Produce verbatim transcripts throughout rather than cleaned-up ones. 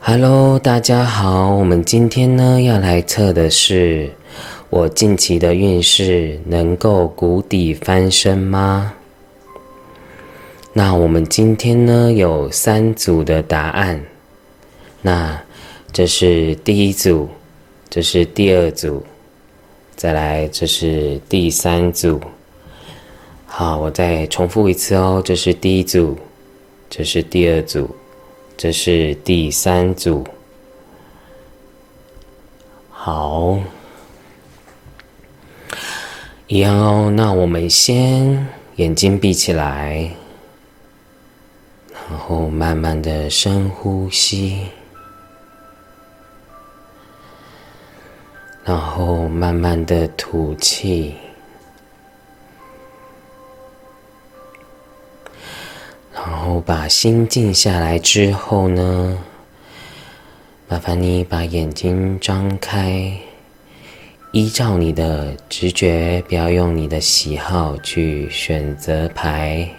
Hello， 大家好，我们今天呢要来测的是我近期的运势能够谷底翻身吗？那我们今天呢有三组的答案，那这是第一组，这是第二组，再来这是第三组。好，我再重复一次哦，这是第一组，这是第二组，这是第三组。好，一样哦。那我们先眼睛闭起来，然后慢慢的深呼吸，然后慢慢的吐气。然后把心静下来之后呢，麻烦你把眼睛张开，依照你的直觉，不要用你的喜好去选择牌。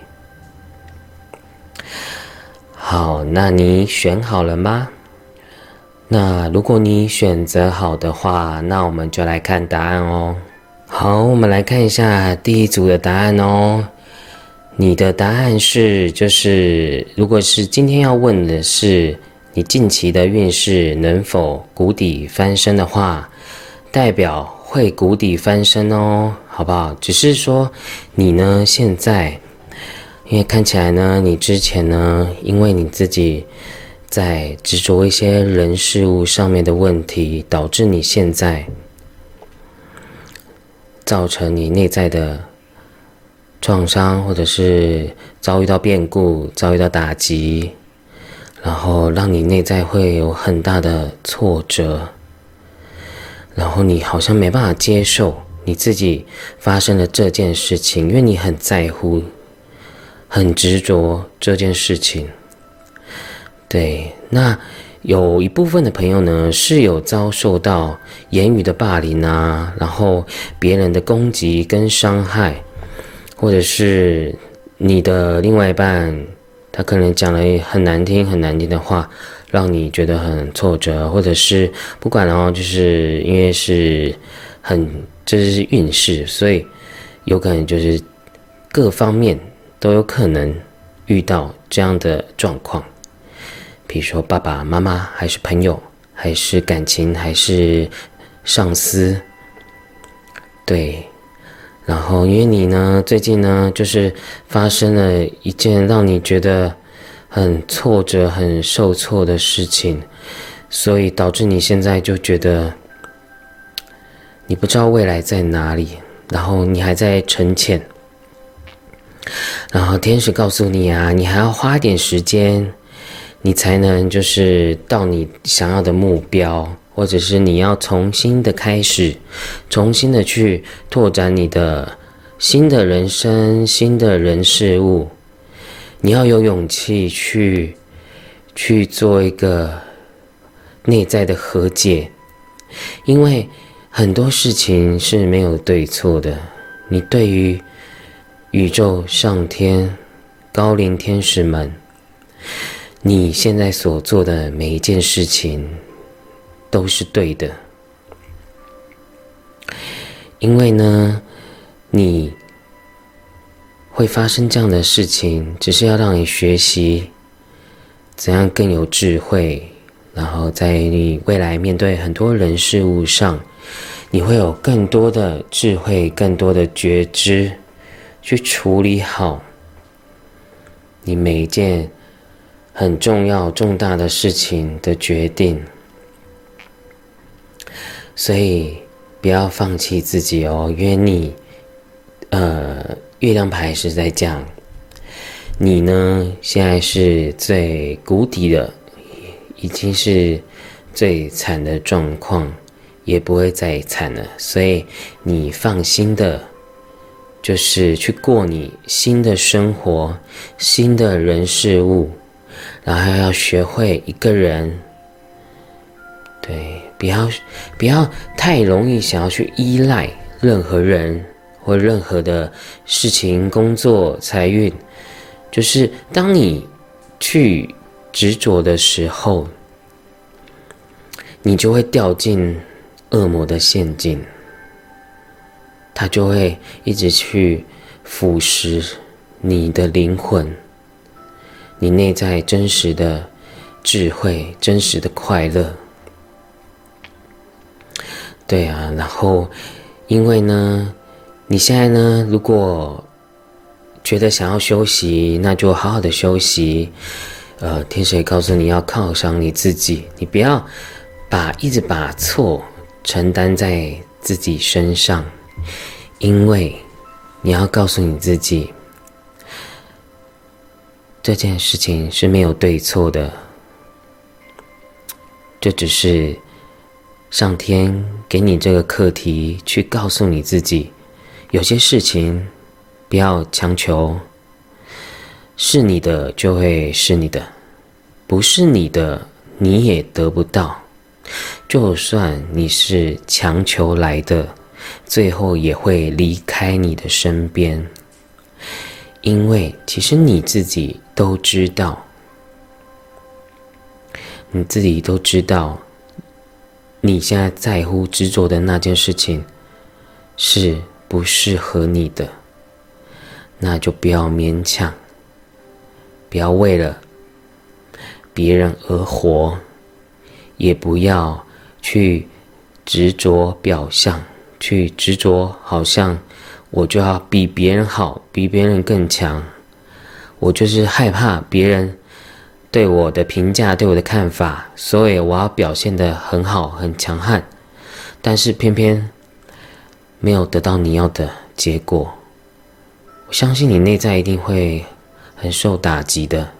好，那你选好了吗？那如果你选择好的话，那我们就来看答案哦。好，我们来看一下第一组的答案哦。你的答案是，就是如果是今天要问的是你近期的运势能否谷底翻身的话，代表会谷底翻身哦，好不好？只是说你呢现在，因为看起来呢你之前呢因为你自己在执着一些人事物上面的问题，导致你现在造成你内在的创伤，或者是遭遇到变故，遭遇到打击，然后让你内在会有很大的挫折，然后你好像没办法接受你自己发生的这件事情，因为你很在乎，很执着这件事情。对，那有一部分的朋友呢是有遭受到言语的霸凌啊，然后别人的攻击跟伤害，或者是你的另外一半他可能讲了很难听很难听的话，让你觉得很挫折，或者是不管哦，就是因为是很这是运势，所以有可能就是各方面都有可能遇到这样的状况，比如说爸爸妈妈，还是朋友，还是感情，还是上司。对，然后因为你呢最近呢就是发生了一件让你觉得很挫折很受挫的事情，所以导致你现在就觉得你不知道未来在哪里，然后你还在沉潜，然后天使告诉你啊，你还要花一点时间，你才能就是到你想要的目标，或者是你要重新的开始，重新的去拓展你的新的人生，新的人事物。你要有勇气去去做一个内在的和解，因为很多事情是没有对错的。你对于宇宙上天高龄天使们，你现在所做的每一件事情都是对的，因为呢你会发生这样的事情，只是要让你学习怎样更有智慧，然后在你未来面对很多人事物上，你会有更多的智慧，更多的觉知，去处理好你每一件很重要重大的事情的决定。所以不要放弃自己哦，因为你呃月亮牌是在讲你呢现在是最谷底的，已经是最惨的状况，也不会再惨了，所以你放心的就是去过你新的生活，新的人事物，然后要学会一个人，对，不要不要太容易想要去依赖任何人或任何的事情、工作、财运，就是当你去执着的时候， 你就会掉进恶魔的陷阱，他就会一直去腐蚀你的灵魂，你内在真实的智慧，真实的快乐。对啊，然后因为呢，你现在呢，如果觉得想要休息，那就好好的休息。呃，天使也告诉你要犒赏你自己，你不要把一直把错承担在自己身上，因为你要告诉你自己，这件事情是没有对错的，这只是上天给你这个课题，去告诉你自己，有些事情不要强求，是你的就会是你的，不是你的你也得不到。就算你是强求来的，最后也会离开你的身边，因为其实你自己都知道，你自己都知道，你现在在乎执着的那件事情是不适合你的，那就不要勉强，不要为了别人而活，也不要去执着表象，去执着好像我就要比别人好，比别人更强，我就是害怕别人对我的评价，对我的看法，所以我要表现得很好，很强悍，但是偏偏没有得到你要的结果，我相信你内在一定会很受打击的。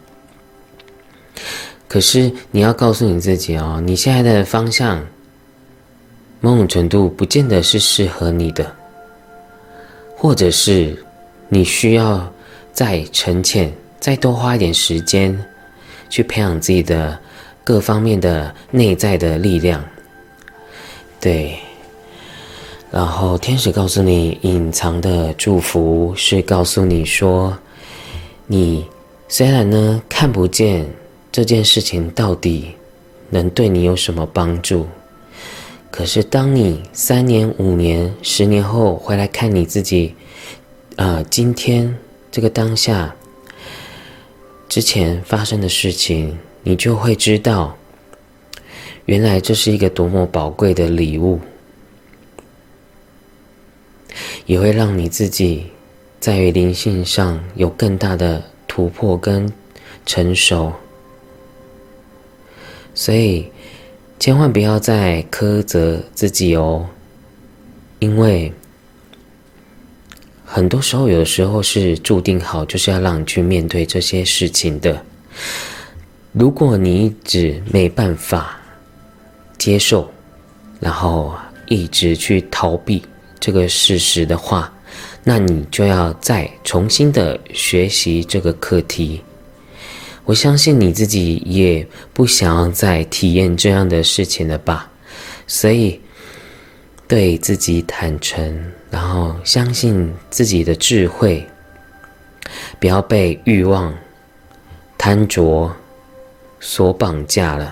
可是你要告诉你自己哦，你现在的方向某种程度不见得是适合你的，或者是你需要再沉潜，再多花一点时间去培养自己的各方面的内在的力量。对，然后天使告诉你，隐藏的祝福是告诉你说，你虽然呢看不见这件事情到底能对你有什么帮助，可是当你三年、五年、十年后回来看你自己，呃，今天这个当下之前发生的事情，你就会知道，原来这是一个多么宝贵的礼物，也会让你自己在于灵性上有更大的突破跟成熟。所以千万不要再苛责自己哦，因为很多时候有的时候是注定好就是要让你去面对这些事情的。如果你一直没办法接受，然后一直去逃避这个事实的话，那你就要再重新的学习这个课题。我相信你自己也不想要再体验这样的事情了吧，所以对自己坦诚，然后相信自己的智慧，不要被欲望、贪着所绑架了。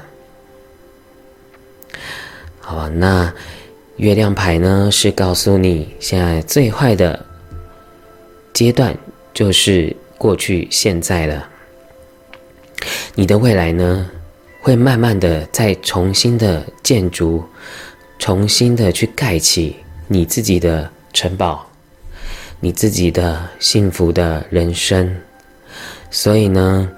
好吧，那月亮牌呢是告诉你，现在最坏的阶段就是过去现在了，你的未来呢会慢慢的再重新的建筑，重新的去盖起你自己的城堡，你自己的幸福的人生。所以呢，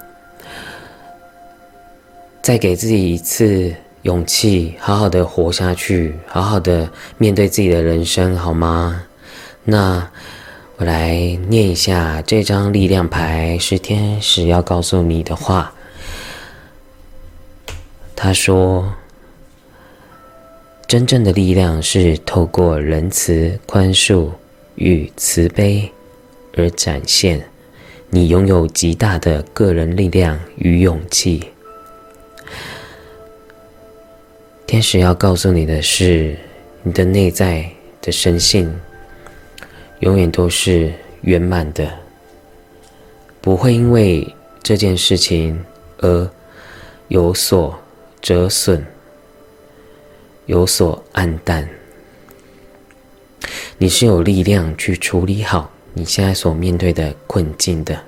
再给自己一次勇气，好好的活下去，好好的面对自己的人生，好吗？那我来念一下这张力量牌，是天使要告诉你的话。他说，真正的力量是透过仁慈、宽恕与慈悲而展现，你拥有极大的个人力量与勇气。天使要告诉你的是，你的内在的神性永远都是圆满的，不会因为这件事情而有所折损。 有所黯淡。你是有力量去处理好你现在所面对的困境的。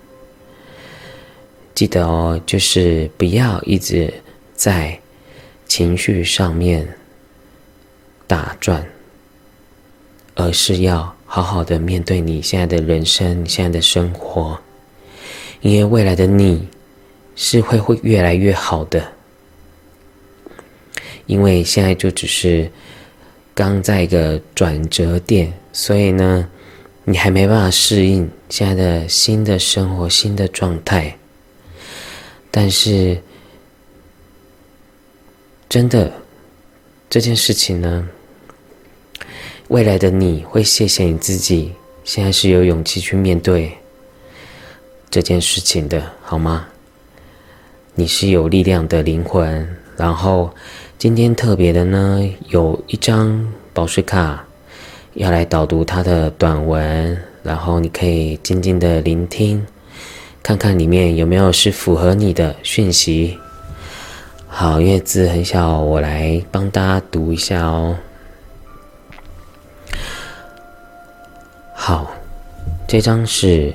记得哦，就是不要一直在情绪上面打转，而是要好好的面对你现在的人生，你现在的生活，因为未来的你是会会越来越好的。因为现在就只是刚在一个转折点，所以呢，你还没办法适应现在的新的生活、新的状态。但是，真的这件事情呢，未来的你会谢谢你自己，现在是有勇气去面对这件事情的，好吗？你是有力量的灵魂。然后今天特别的呢，有一张宝石卡要来导读它的短文，然后你可以静静的聆听，看看里面有没有是符合你的讯息。好，因为字很小，我来帮大家读一下哦。好，这张是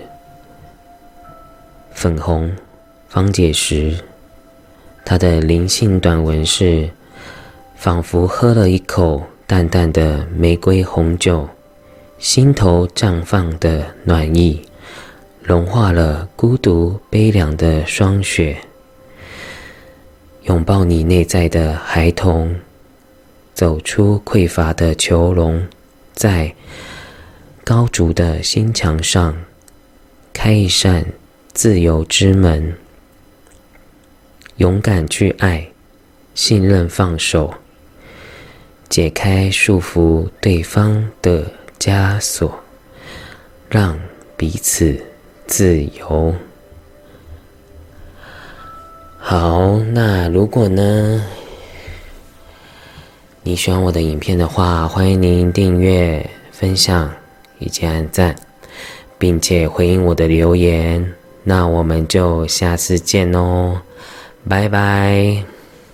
粉红方解石，它的灵性短文是：仿佛喝了一口淡淡的玫瑰红酒，心头绽放的暖意融化了孤独悲凉的霜雪，拥抱你内在的孩童，走出匮乏的囚笼，在高筑的心墙上开一扇自由之门，勇敢去爱，信任放手，解开束缚对方的枷锁，让彼此自由。好，那如果呢，你喜欢我的影片的话，欢迎您订阅、分享以及按赞，并且回应我的留言。那我们就下次见哦，拜拜。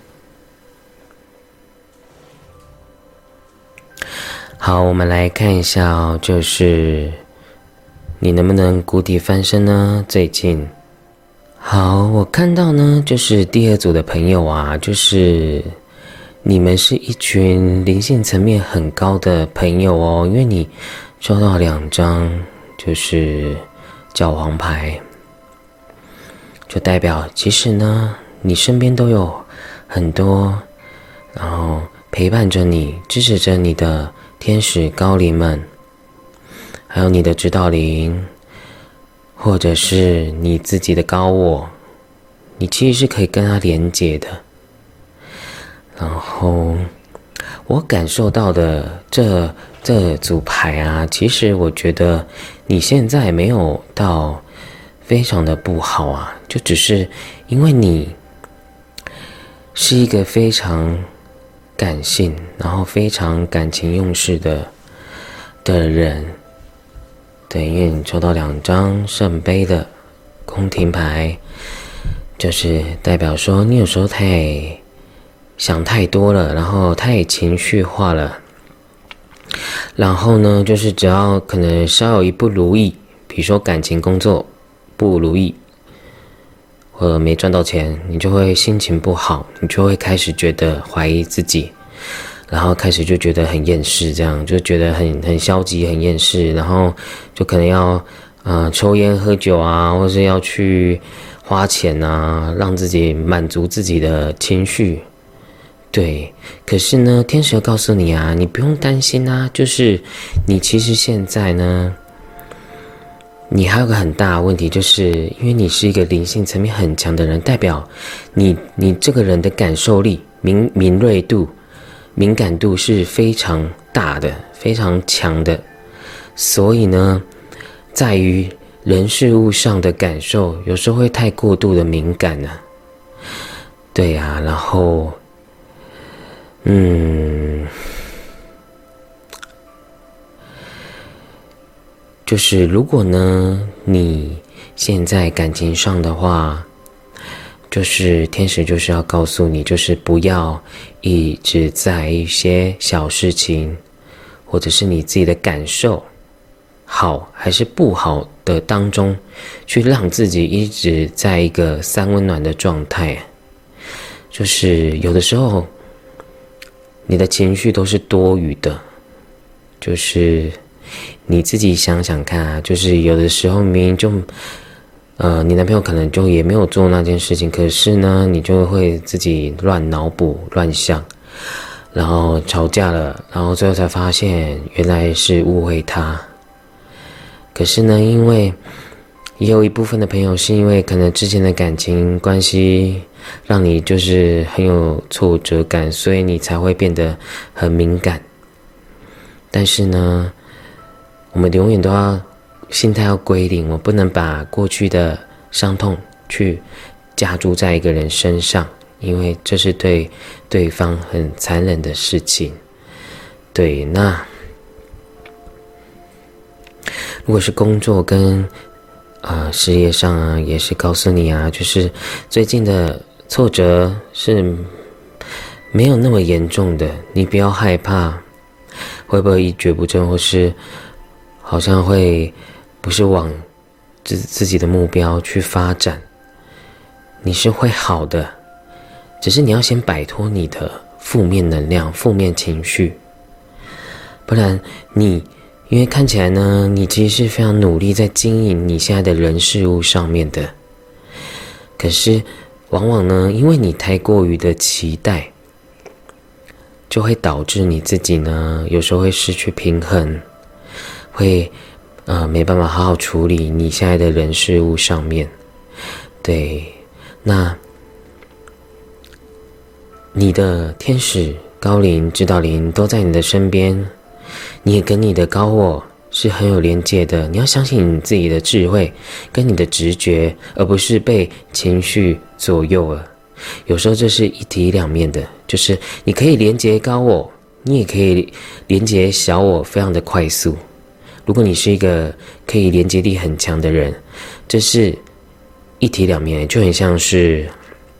好，我们来看一下哦，就是你能不能谷底翻身呢？最近，好，我看到呢，就是第二组的朋友啊，就是你们是一群灵性层面很高的朋友哦，因为你抽到两张就是教皇牌，就代表其实呢，你身边都有很多，然后陪伴着你、支持着你的天使高灵们，还有你的指导灵，或者是你自己的高我，你其实是可以跟他连接的。然后我感受到的这这组牌啊，其实我觉得你现在没有到非常的不好啊，就只是因为你是一个非常感性，然后非常感情用事的的人。对，因为你抽到两张圣杯的宫廷牌，就是代表说你有时候太想太多了，然后太情绪化了，然后呢，就是只要可能稍有一不如意，比如说感情工作不如意，或者没赚到钱，你就会心情不好，你就会开始觉得怀疑自己，然后开始就觉得很厌世，这样就觉得很很消极、很厌世，然后就可能要呃抽烟、喝酒啊，或是要去花钱啊，让自己满足自己的情绪。对，可是呢，天使要告诉你啊，你不用担心啊，就是你其实现在呢，你还有个很大的问题，就是因为你是一个灵性层面很强的人，代表你你这个人的感受力、敏敏锐度、敏感度是非常大的、非常强的，所以呢，在于人事物上的感受，有时候会太过度的敏感了。对啊，然后，嗯。就是如果呢，你现在感情上的话， 就是天使就是要告诉你，就是不要一直在一些小事情，或者是你自己的感受好还是不好的当中，去让自己一直在一个三温暖的状态。就是有的时候你的情绪都是多余的，就是你自己想想看啊，就是有的时候明明就呃，你男朋友可能就也没有做那件事情，可是呢你就会自己乱脑补乱想，然后吵架了，然后最后才发现原来是误会他。可是呢，因为也有一部分的朋友是因为可能之前的感情关系让你就是很有挫折感，所以你才会变得很敏感。但是呢，我们永远都要心态要归零，我不能把过去的伤痛去加注在一个人身上，因为这是对对方很残忍的事情。对，那如果是工作跟呃事业上啊，也是告诉你啊，就是最近的挫折是没有那么严重的，你不要害怕会不会一蹶不振，或是好像会不是往自自己的目标去发展，你是会好的，只是你要先摆脱你的负面能量、负面情绪，不然你因为看起来呢，你其实是非常努力在经营你现在的人事物上面的，可是往往呢，因为你太过于的期待，就会导致你自己呢，有时候会失去平衡，会呃没办法好好处理你现在的人事物上面。对，那你的天使、高灵、指导灵都在你的身边，你也跟你的高我是很有连接的。你要相信你自己的智慧跟你的直觉，而不是被情绪左右了。有时候这是一体两面的，就是你可以连接高我，你也可以连接小我，非常的快速。如果你是一个可以连接力很强的人，这是一体两面，就很像是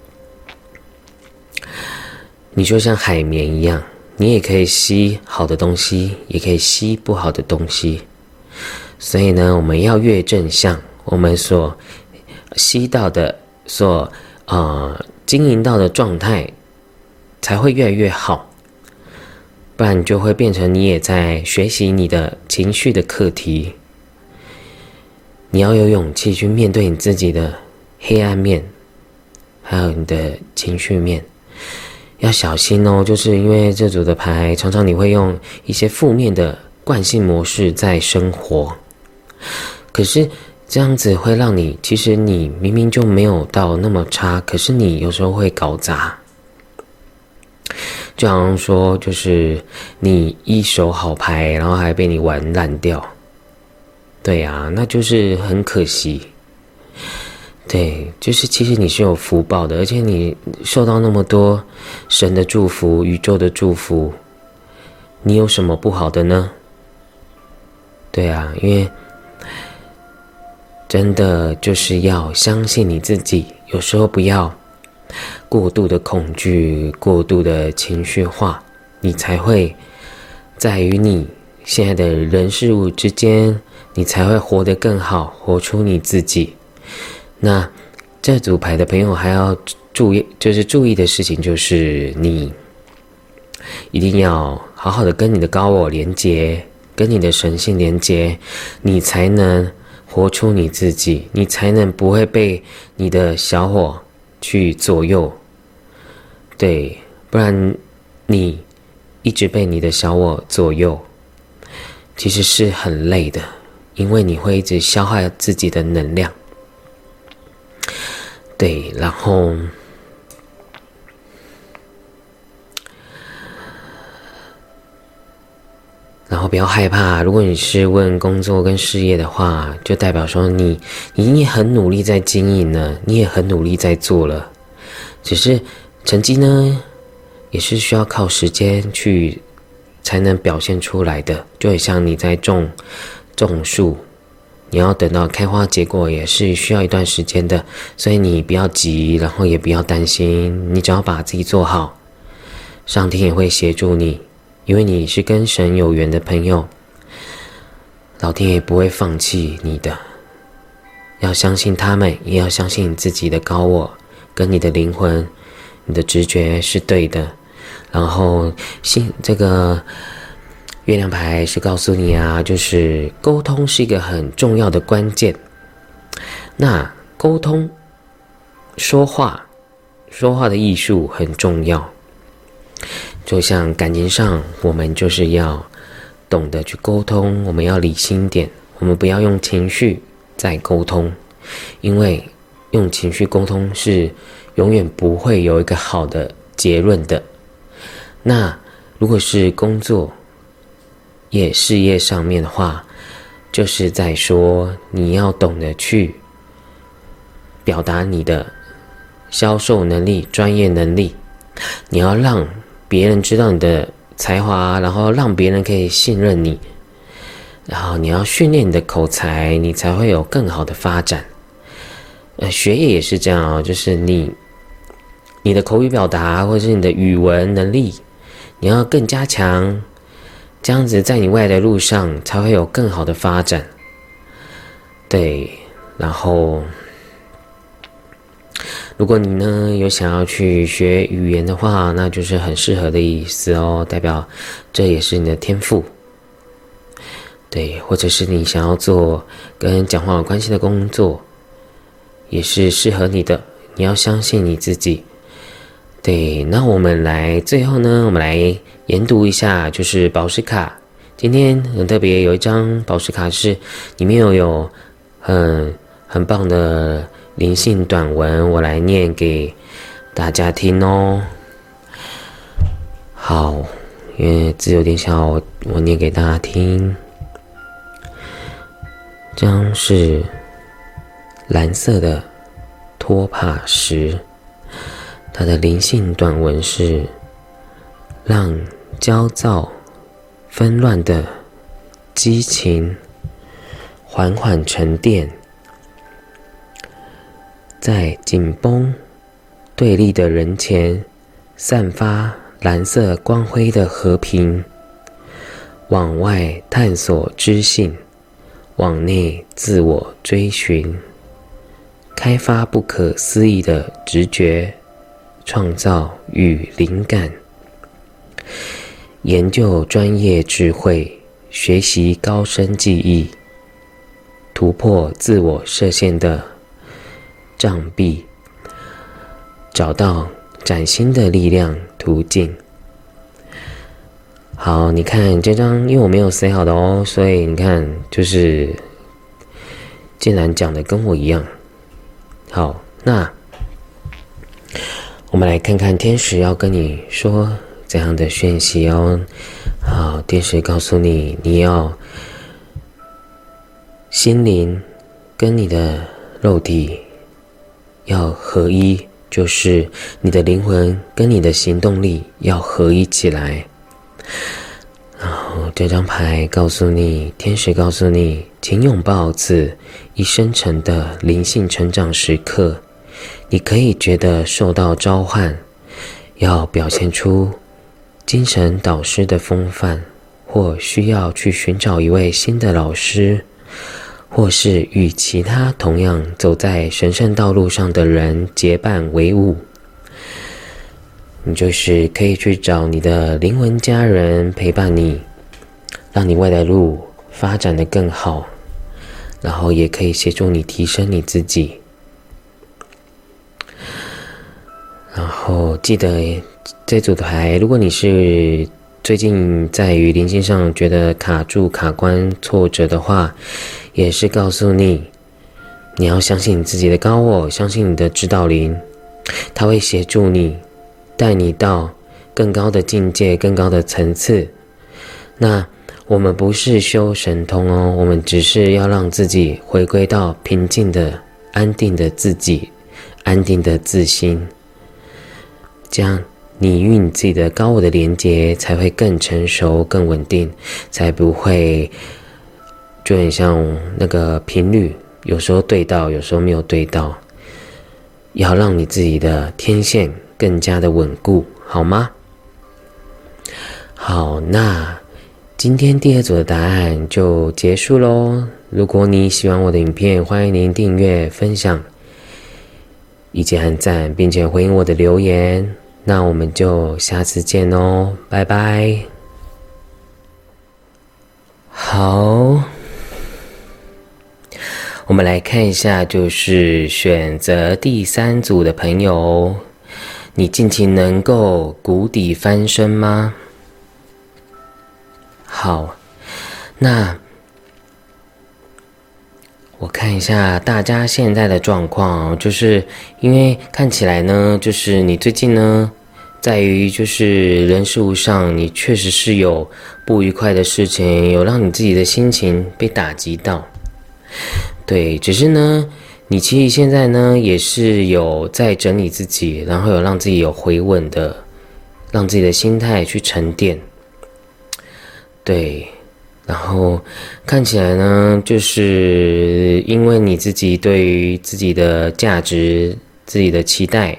你就像海绵一样，你也可以吸好的东西，也可以吸不好的东西。所以呢，我们要越正向，我们所吸到的、所呃经营到的状态才会越来越好，不然就会变成你也在学习你的情绪的课题。你要有勇气去面对你自己的黑暗面，还有你的情绪面。要小心哦，就是因为这组的牌常常你会用一些负面的惯性模式在生活，可是这样子会让你，其实你明明就没有到那么差，可是你有时候会搞砸。就好像说，就是你一手好牌，然后还被你玩烂掉，对啊，那就是很可惜。对，就是其实你是有福报的，而且你受到那么多神的祝福、宇宙的祝福，你有什么不好的呢？对啊，因为真的就是要相信你自己，有时候不要过度的恐惧、过度的情绪化，你才会在于你现在的人事物之间，你才会活得更好，活出你自己。那这组牌的朋友还要注意，就是注意的事情就是你一定要好好的跟你的高我连接，跟你的神性连接，你才能活出你自己，你才能不会被你的小我去左右。对，不然你一直被你的小我左右，其实是很累的，因为你会一直消耗自己的能量。对，然后然后不要害怕，如果你是问工作跟事业的话，就代表说你你也很努力在经营了，你也很努力在做了，只是成绩呢也是需要靠时间去才能表现出来的，就很像你在种种树， 你要等到开花结果也是需要一段时间的，所以你不要急，然后也不要担心，你只要把自己做好，上天也会协助你，因为你是跟神有缘的朋友，老天也不会放弃你的。要相信他们，也要相信你自己的高我跟你的灵魂，你的直觉是对的。然后信这个月亮牌是告诉你啊，就是沟通是一个很重要的关键。那沟通说话说话的艺术很重要，就像感情上，我们就是要懂得去沟通，我们要理性一点，我们不要用情绪在沟通，因为用情绪沟通是永远不会有一个好的结论的。那如果是工作业事业上面的话，就是在说你要懂得去表达你的销售能力、专业能力，你要让别人知道你的才华，然后让别人可以信任你，然后你要训练你的口才，你才会有更好的发展。呃，学业也是这样哦，就是你你的口语表达或者是你的语文能力，你要更加强，这样子在你未来的路上才会有更好的发展。对，然后如果你呢有想要去学语言的话，那就是很适合的意思哦，代表这也是你的天赋。对，或者是你想要做跟讲话有关系的工作，也是适合你的，你要相信你自己。对，那我们来最后呢，我们来研读一下就是宝石卡。今天很特别，有一张宝石卡是里面有有很很棒的灵性短文，我来念给大家听哦。好，因为字有点小，我我念给大家听。这张是蓝色的托帕石，它的灵性短文是：让焦躁纷乱的激情缓缓沉淀，在紧绷对立的人前散发蓝色光辉的和平，往外探索知性，往内自我追寻，开发不可思议的直觉，创造与灵感，研究专业智慧，学习高深技艺，突破自我设限的障壁，找到崭新的力量途径。好，你看这张，因为我没有写好的哦，所以你看就是竟然讲的跟我一样。好，那我们来看看天使要跟你说怎样的讯息哦。好，天使告诉你，你要心灵跟你的肉体要合一，就是你的灵魂跟你的行动力要合一起来。然后这张牌告诉你，天使告诉你，请拥抱此一生成的灵性成长时刻。你可以觉得受到召唤，要表现出精神导师的风范，或需要去寻找一位新的老师，或是与其他同样走在神圣道路上的人结伴为伍。你就是可以去找你的灵魂家人陪伴你，让你未来路发展得更好，然后也可以协助你提升你自己。然后记得这组牌，如果你是最近在于灵性上觉得卡住、卡关、挫折的话，也是告诉你，你要相信你自己的高我，相信你的指导灵，他会协助你，带你到更高的境界、更高的层次。那我们不是修神通哦，我们只是要让自己回归到平静的、安定的自己，安定的自心，这样你与你自己的高我的连结才会更成熟、更稳定，才不会就很像那个频率，有时候对到，有时候没有对到，要让你自己的天线更加的稳固，好吗？好，那今天第二组的答案就结束咯。如果你喜欢我的影片，欢迎您订阅、分享以及按赞，并且回应我的留言。那我们就下次见哦，拜拜。好，我们来看一下，就是选择第三组的朋友，你近期能够谷底翻身吗？好，那我看一下大家现在的状况，就是因为看起来呢，就是你最近呢，在于就是人事物上，你确实是有不愉快的事情，有让你自己的心情被打击到。对，只是呢，你其实现在呢也是有在整理自己，然后有让自己有回稳的，让自己的心态去沉淀。对，然后看起来呢，就是因为你自己对于自己的价值、自己的期待，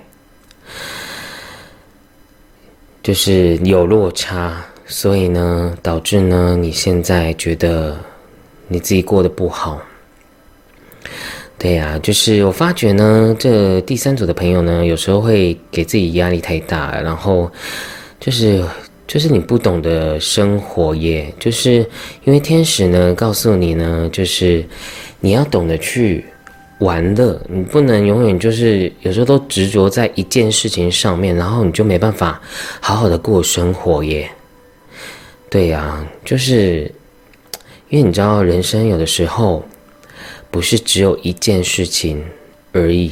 就是有落差，所以呢，导致呢你现在觉得你自己过得不好。对呀、啊，就是我发觉呢，这第三组的朋友呢，有时候会给自己压力太大，然后就是就是你不懂得生活耶，就是因为天使呢告诉你呢，就是你要懂得去玩乐，你不能永远就是有时候都执着在一件事情上面，然后你就没办法好好的过生活耶。对呀、啊，就是因为你知道人生有的时候不是只有一件事情而已。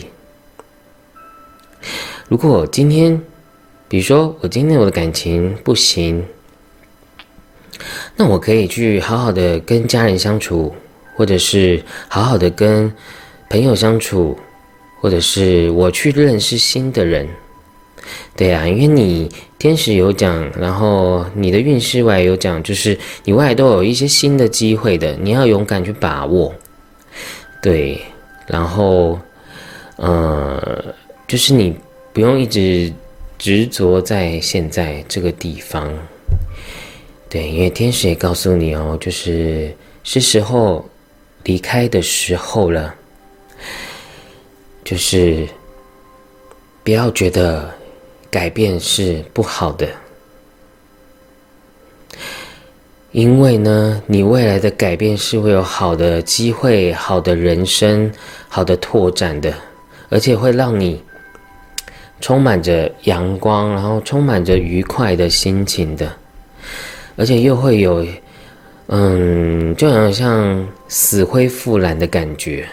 如果今天比如说我今天我的感情不行，那我可以去好好的跟家人相处，或者是好好的跟朋友相处，或者是我去认识新的人。对啊，因为你天使有讲，然后你的运势外有讲，就是你未来都有一些新的机会的，你要勇敢去把握。对，然后呃就是你不用一直执着在现在这个地方。对，因为天使也告诉你哦，就是是时候离开的时候了，就是不要觉得改变是不好的，因为呢，你未来的改变是会有好的机会、好的人生、好的拓展的，而且会让你充满着阳光，然后充满着愉快的心情的，而且又会有嗯，就好像死灰复燃的感觉。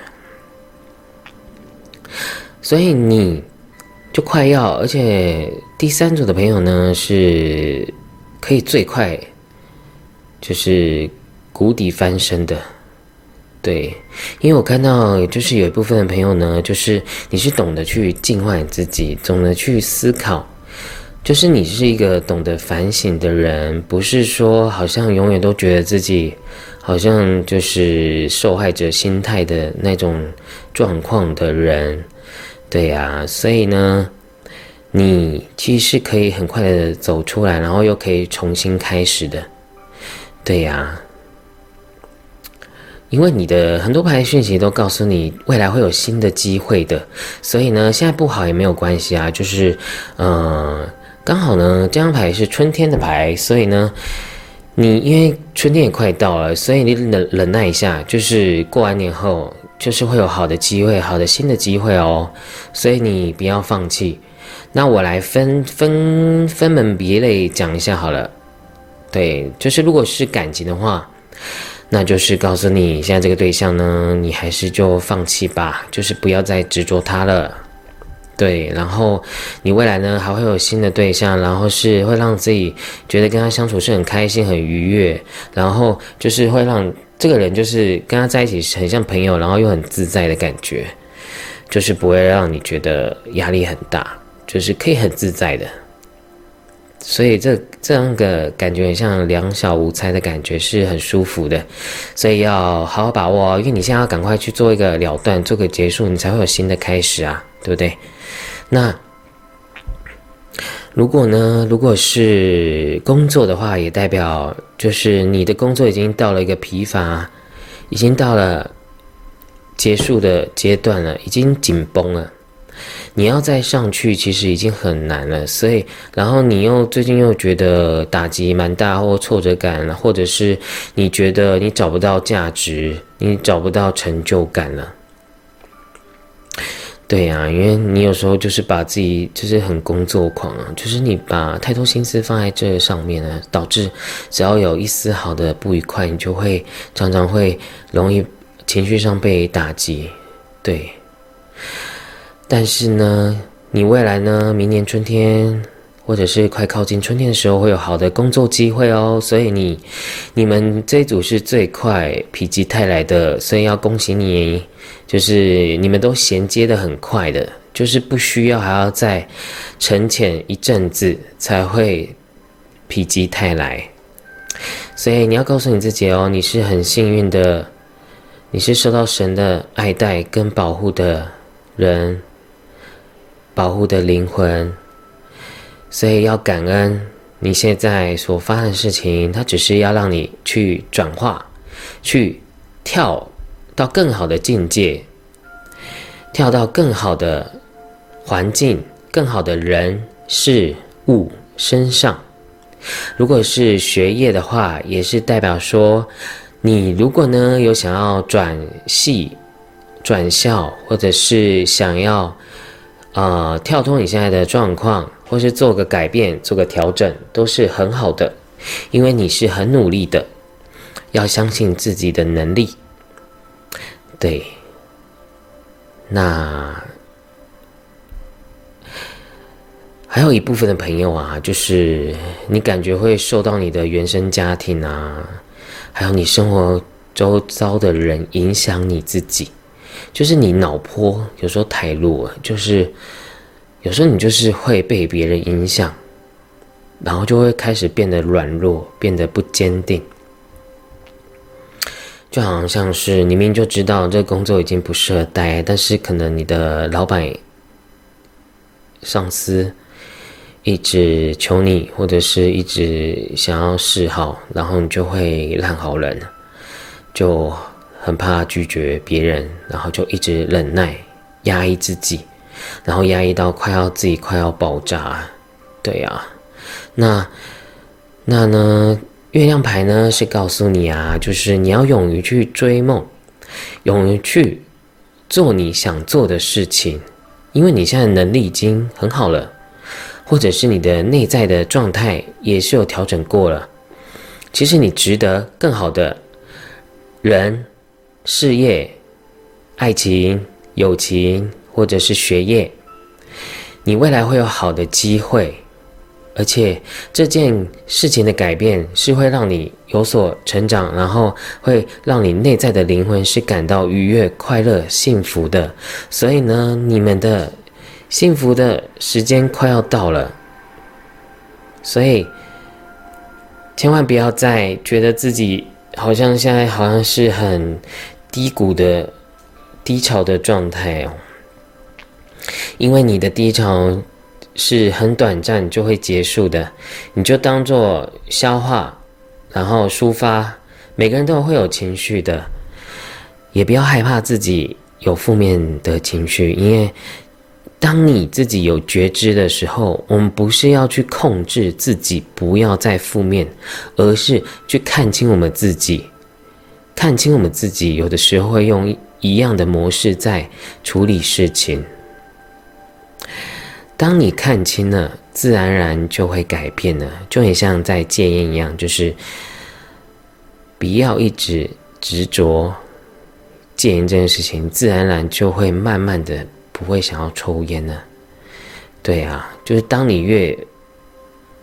所以你就快要，而且第三组的朋友呢，是可以最快就是谷底翻身的。对，因为我看到就是有一部分的朋友呢，就是你是懂得去净化你自己，懂得去思考，就是你是一个懂得反省的人，不是说好像永远都觉得自己好像就是受害者心态的那种状况的人。对啊，所以呢，你其实是可以很快的走出来，然后又可以重新开始的。对啊，因为你的很多牌讯息都告诉你未来会有新的机会的，所以呢，现在不好也没有关系啊，就是呃，刚好呢，这张牌是春天的牌，所以呢，你因为春天也快到了，所以你忍忍耐一下，就是过完年后，就是会有好的机会，好的新的机会哦，所以你不要放弃。那我来分分分门别类讲一下好了。对，就是如果是感情的话，那就是告诉你现在这个对象呢，你还是就放弃吧，就是不要再执着他了。对，然后你未来呢还会有新的对象，然后是会让自己觉得跟他相处是很开心很愉悦，然后就是会让这个人就是跟他在一起很像朋友，然后又很自在的感觉，就是不会让你觉得压力很大，就是可以很自在的。 所以这这样的感觉很像两小无猜的感觉，是很舒服的，所以要好好把握哦，因为你现在要赶快去做一个了断，做个结束，你才会有新的开始啊，对不对？那如果呢，如果是工作的话，也代表就是你的工作已经到了一个疲乏，已经到了结束的阶段了，已经紧绷了。你要再上去其实已经很难了，所以然后你又最近又觉得打击蛮大或挫折感，或者是你觉得你找不到价值，你找不到成就感了。对啊，因为你有时候就是把自己就是很工作狂啊，就是你把太多心思放在这上面呢，导致只要有一丝毫的不愉快，你就会常常会容易情绪上被打击。对，但是呢，你未来呢，明年春天或者是快靠近春天的时候，会有好的工作机会哦。所以你你们这一组是最快否极泰来的，所以要恭喜你，就是你们都衔接的很快的，就是不需要还要再沉潜一阵子才会否极泰来。所以你要告诉你自己哦，你是很幸运的，你是受到神的爱戴跟保护的人，保护的灵魂，所以要感恩你现在所发生的事情，它只是要让你去转化，去跳到更好的境界，跳到更好的环境，更好的人事物身上。如果是学业的话，也是代表说你如果呢有想要转系转校，或者是想要呃跳脱你现在的状况，或是做个改变，做个调整，都是很好的，因为你是很努力的，要相信自己的能力。对，那还有一部分的朋友啊，就是你感觉会受到你的原生家庭啊，还有你生活周遭的人影响你自己，就是你脑波有时候太弱，就是有时候你就是会被别人影响，然后就会开始变得软弱，变得不坚定。就好像是你明明就知道这个工作已经不适合待，但是可能你的老板、上司一直求你，或者是一直想要示好，然后你就会烂好人，就很怕拒绝别人，然后就一直忍耐压抑自己，然后压抑到快要自己快要爆炸。对啊，那那呢月亮牌呢是告诉你啊，就是你要勇于去追梦，勇于去做你想做的事情，因为你现在能力已经很好了，或者是你的内在的状态也是有调整过了。其实你值得更好的人、事业、爱情、友情，或者是学业，你未来会有好的机会，而且这件事情的改变是会让你有所成长，然后会让你内在的灵魂是感到愉悦、快乐、幸福的。所以呢，你们的幸福的时间快要到了，所以千万不要再觉得自己好像现在好像是很低谷的低潮的状态哦，因为你的低潮是很短暂就会结束的，你就当作消化，然后抒发。每个人都会有情绪的，也不要害怕自己有负面的情绪，因为当你自己有觉知的时候，我们不是要去控制自己不要再负面，而是去看清我们自己，看清我们自己有的时候会用一样的模式在处理事情。当你看清了，自然而然就会改变了，就很像在戒烟一样，就是不要一直执着戒烟这件事情，自然而然就会慢慢的不会想要抽烟了。对啊，就是当你越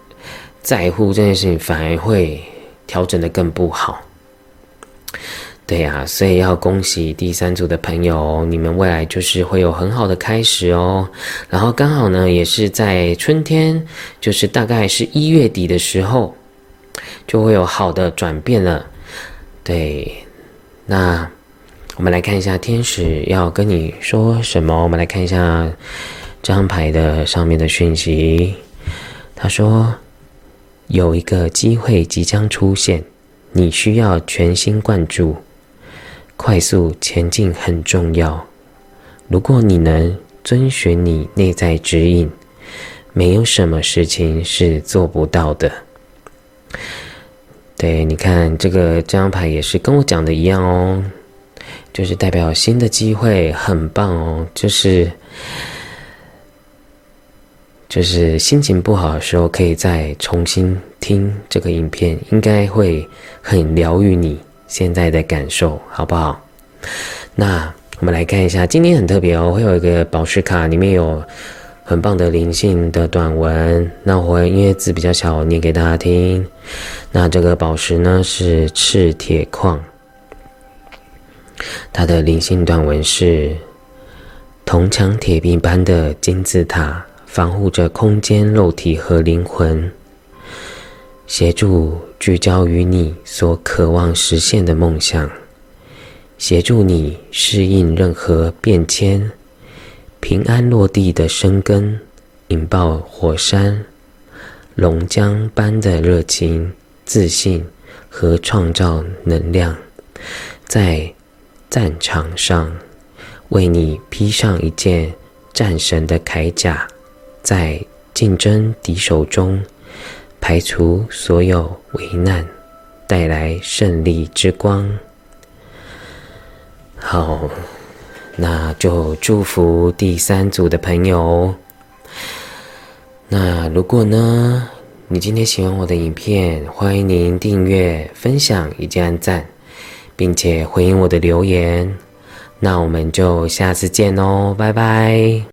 在乎这件事情，反而会调整得更不好。 对呀、啊，所以要恭喜第三组的朋友，你们未来就是会有很好的开始哦。然后刚好呢，也是在春天，就是大概是一月底的时候，就会有好的转变了。对，那我们来看一下天使要跟你说什么。我们来看一下这张牌的上面的讯息。他说，有一个机会即将出现，你需要全心贯注。快速前进很重要。如果你能遵循你内在指引，没有什么事情是做不到的。对，你看这个这张牌也是跟我讲的一样哦，就是代表新的机会，很棒哦。就是就是心情不好的时候，可以再重新听这个影片，应该会很疗愈你现在的感受，好不好？那我们来看一下，今天很特别哦，会有一个宝石卡，里面有很棒的灵性的短文。那我会因为字比较小，念给大家听。那这个宝石呢是赤铁矿，它的灵性短文是：铜墙铁壁般的金字塔，防护着空间、肉体和灵魂，协助聚焦于你所渴望实现的梦想，协助你适应任何变迁，平安落地的生根，引爆火山，龙江般的热情、自信和创造能量，在战场上为你披上一件战神的铠甲，在竞争敌手中排除所有危难，带来胜利之光。好，那就祝福第三组的朋友。那如果呢，你今天喜欢我的影片，欢迎您订阅、分享以及按赞，并且回应我的留言。那我们就下次见哦，拜拜。